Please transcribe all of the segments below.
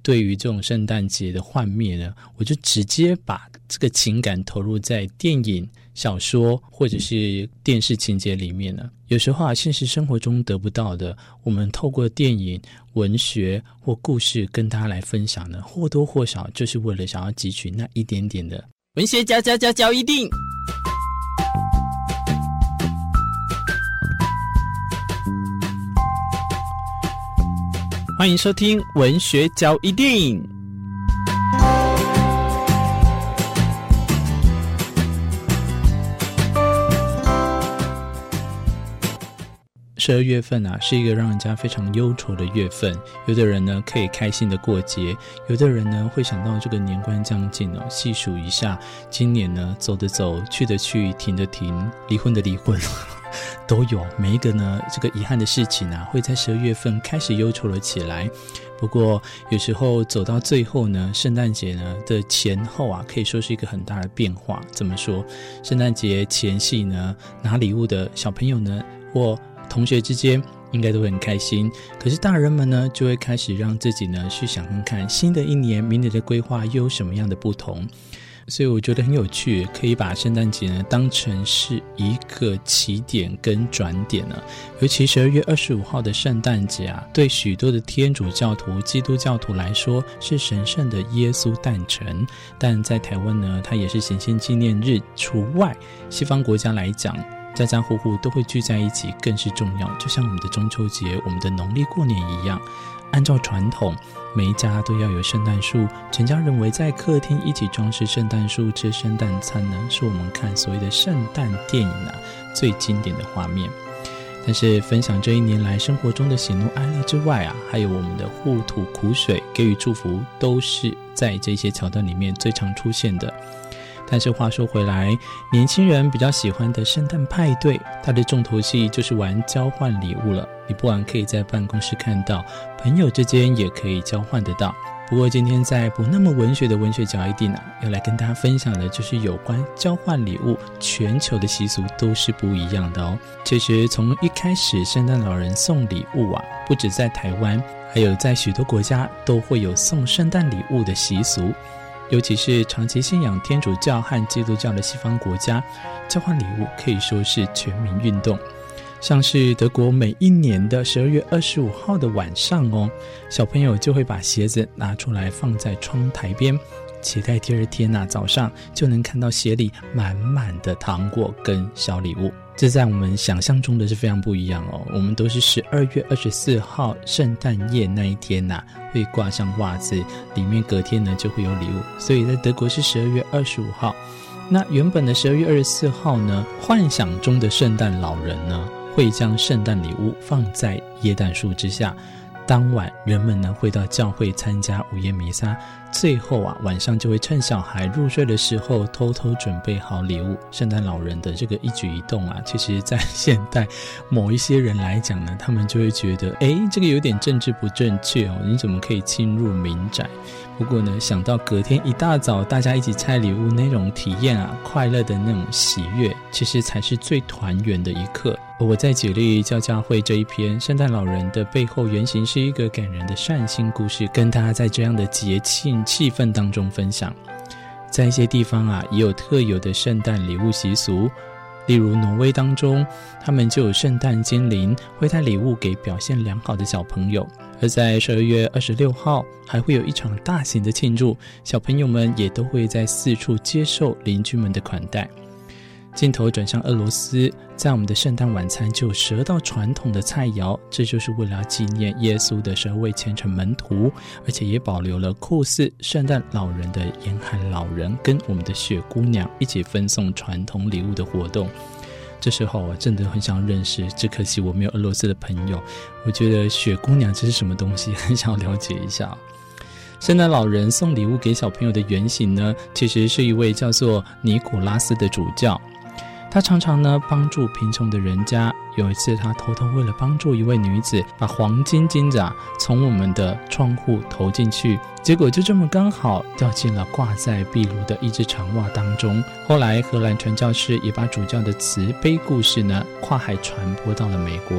对于这种圣诞节的幻灭呢，我就直接把这个情感投入在电影、小说或者是电视情节里面呢。有时候现实生活中得不到的，我们透过电影、文学或故事跟大家来分享呢，或多或少就是为了想要汲取那一点点的文学交一定。欢迎收听文学交一定。12月份是一个让人家非常忧愁的月份，有的人呢可以开心的过节，有的人呢会想到这个年关将近细数一下今年呢走的走，去的去，停的停，离婚的离婚都有，每一个呢这个遗憾的事情会在12月份开始忧愁了起来。不过有时候走到最后呢，圣诞节呢的前后可以说是一个很大的变化。怎么说？圣诞节前夕呢，拿礼物的小朋友呢或同学之间应该都会很开心，可是大人们呢就会开始让自己呢去想看看新的一年明年的规划又有什么样的不同。所以我觉得很有趣，可以把圣诞节呢当成是一个起点跟转点呢。尤其12月25号的圣诞节对许多的天主教徒、基督教徒来说是神圣的耶稣诞辰，但在台湾呢，它也是显现纪念日除外。西方国家来讲，家家户户都会聚在一起，更是重要。就像我们的中秋节、我们的农历过年一样，按照传统，每一家都要有圣诞树。全家认为在客厅一起装饰圣诞树、吃圣诞餐呢，是我们看所谓的圣诞电影最经典的画面。但是分享这一年来生活中的喜怒哀乐之外还有我们的互吐苦水、给予祝福，都是在这些桥段里面最常出现的。但是话说回来，年轻人比较喜欢的圣诞派对，它的重头戏就是玩交换礼物了。你不然可以在办公室看到，朋友之间也可以交换得到。不过今天在不那么文学的文学角一定要来跟大家分享的就是有关交换礼物，全球的习俗都是不一样的哦。其实从一开始圣诞老人送礼物不止在台湾，还有在许多国家都会有送圣诞礼物的习俗。尤其是长期信仰天主教和基督教的西方国家，交换礼物可以说是全民运动。像是德国每一年的12月25号的晚上小朋友就会把鞋子拿出来放在窗台边，期待第二天早上就能看到鞋里满满的糖果跟小礼物。这在我们想象中的是非常不一样我们都是12月24号圣诞夜那一天会挂上袜子，里面隔天呢就会有礼物，所以在德国是12月25号。那原本的12月24号呢，幻想中的圣诞老人呢会将圣诞礼物放在耶诞树之下，当晚人们呢会到教会参加午夜弥撒，最后晚上就会趁小孩入睡的时候偷偷准备好礼物。圣诞老人的这个一举一动其实在现代某一些人来讲呢，他们就会觉得这个有点政治不正确你怎么可以侵入民宅？不过呢，想到隔天一大早大家一起拆礼物那种体验快乐的那种喜悦，其实才是最团圆的一刻。我在举例教教会这一篇圣诞老人的背后原型是一个感人的善心故事，跟大家在这样的节庆气氛当中分享。在一些地方也有特有的圣诞礼物习俗，例如挪威当中，他们就有圣诞精灵会带礼物给表现良好的小朋友。而在12月26号还会有一场大型的庆祝，小朋友们也都会在四处接受邻居们的款待。镜头转向俄罗斯，在我们的圣诞晚餐就有12道传统的菜肴，这就是为了纪念耶稣的12位虔诚门徒，而且也保留了酷似圣诞老人的严寒老人跟我们的雪姑娘一起分送传统礼物的活动。这时候我真的很想认识，只可惜我没有俄罗斯的朋友，我觉得雪姑娘这是什么东西，很想了解一下。圣诞老人送礼物给小朋友的原型呢，其实是一位叫做尼古拉斯的主教。他常常呢帮助贫穷的人家，有一次他偷偷为了帮助一位女子，把黄金金子从我们的窗户投进去，结果就这么刚好掉进了挂在壁炉的一只长袜当中。后来荷兰传教士也把主教的慈悲故事呢跨海传播到了美国。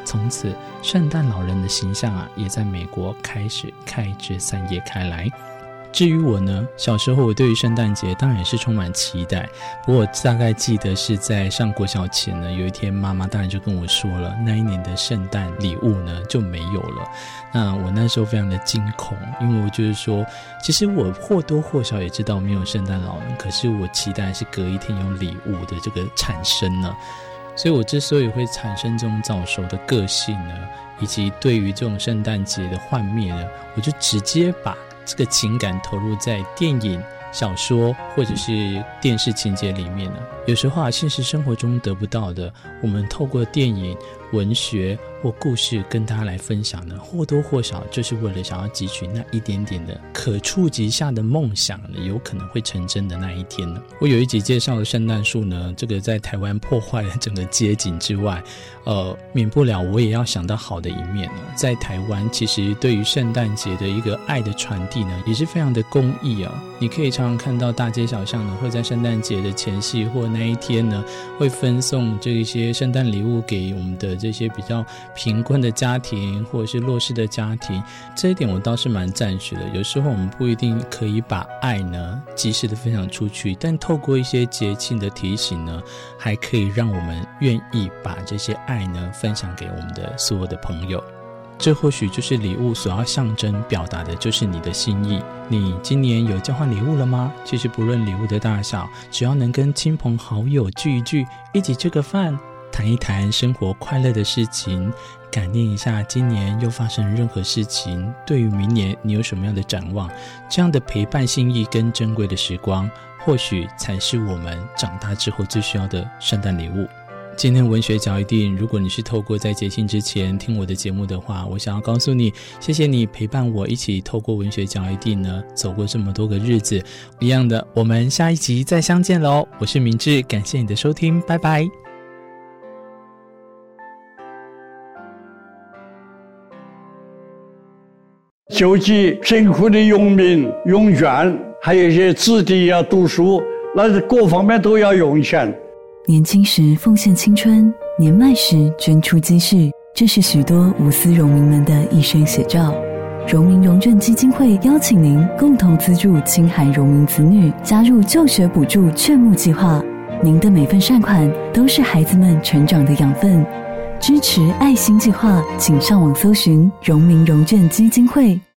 从此圣诞老人的形象也在美国开始开枝散叶开来。至于我呢，小时候我对于圣诞节当然也是充满期待，不过我大概记得是在上国小前呢，有一天妈妈当然就跟我说了，那一年的圣诞礼物呢就没有了。那我那时候非常的惊恐，因为我就是说，其实我或多或少也知道没有圣诞老人，可是我期待是隔一天有礼物的这个产生呢。所以我之所以会产生这种早熟的个性呢，以及对于这种圣诞节的幻灭呢，我就直接把这个情感投入在电影、小说或者是电视情节里面呢。有时候现实生活中得不到的，我们透过电影、文学或故事跟大家来分享呢，或多或少就是为了想要汲取那一点点的可触及下的梦想呢，有可能会成真的那一天呢。我有一集介绍的圣诞树呢，这个在台湾破坏了整个街景之外，免不了我也要想到好的一面呢。在台湾其实对于圣诞节的一个爱的传递呢，也是非常的公益你可以常常看到大街小巷呢，会在圣诞节的前夕或那一天呢，会分送这些圣诞礼物给我们的这些比较贫困的家庭或者是弱势的家庭。这一点我倒是蛮赞许的。有时候我们不一定可以把爱呢及时的分享出去，但透过一些节庆的提醒呢，还可以让我们愿意把这些爱呢分享给我们的所有的朋友。这或许就是礼物所要象征表达的，就是你的心意。你今年有交换礼物了吗？其实不论礼物的大小，只要能跟亲朋好友聚一聚，一起吃个饭，谈一谈生活快乐的事情，感念一下今年又发生任何事情，对于明年你有什么样的展望，这样的陪伴心意跟珍贵的时光，或许才是我们长大之后最需要的圣诞礼物。今天文学角一定，如果你是透过在节庆之前听我的节目的话，我想要告诉你，谢谢你陪伴我一起透过文学角一定呢走过这么多个日子。一样的，我们下一集再相见咯。我是明志，感谢你的收听，拜拜。 救济贫苦的农民用券，还有一些子弟要读书，那各方面都要用钱。 年轻时奉献青春，年迈时捐出积蓄，这是许多无私农民们的一生写照。荣民荣眷基金会邀请您共同资助青海荣民子女加入就学补助劝募计划，您的每份善款都是孩子们成长的养分。支持爱心计划，请上网搜寻荣民荣眷基金会。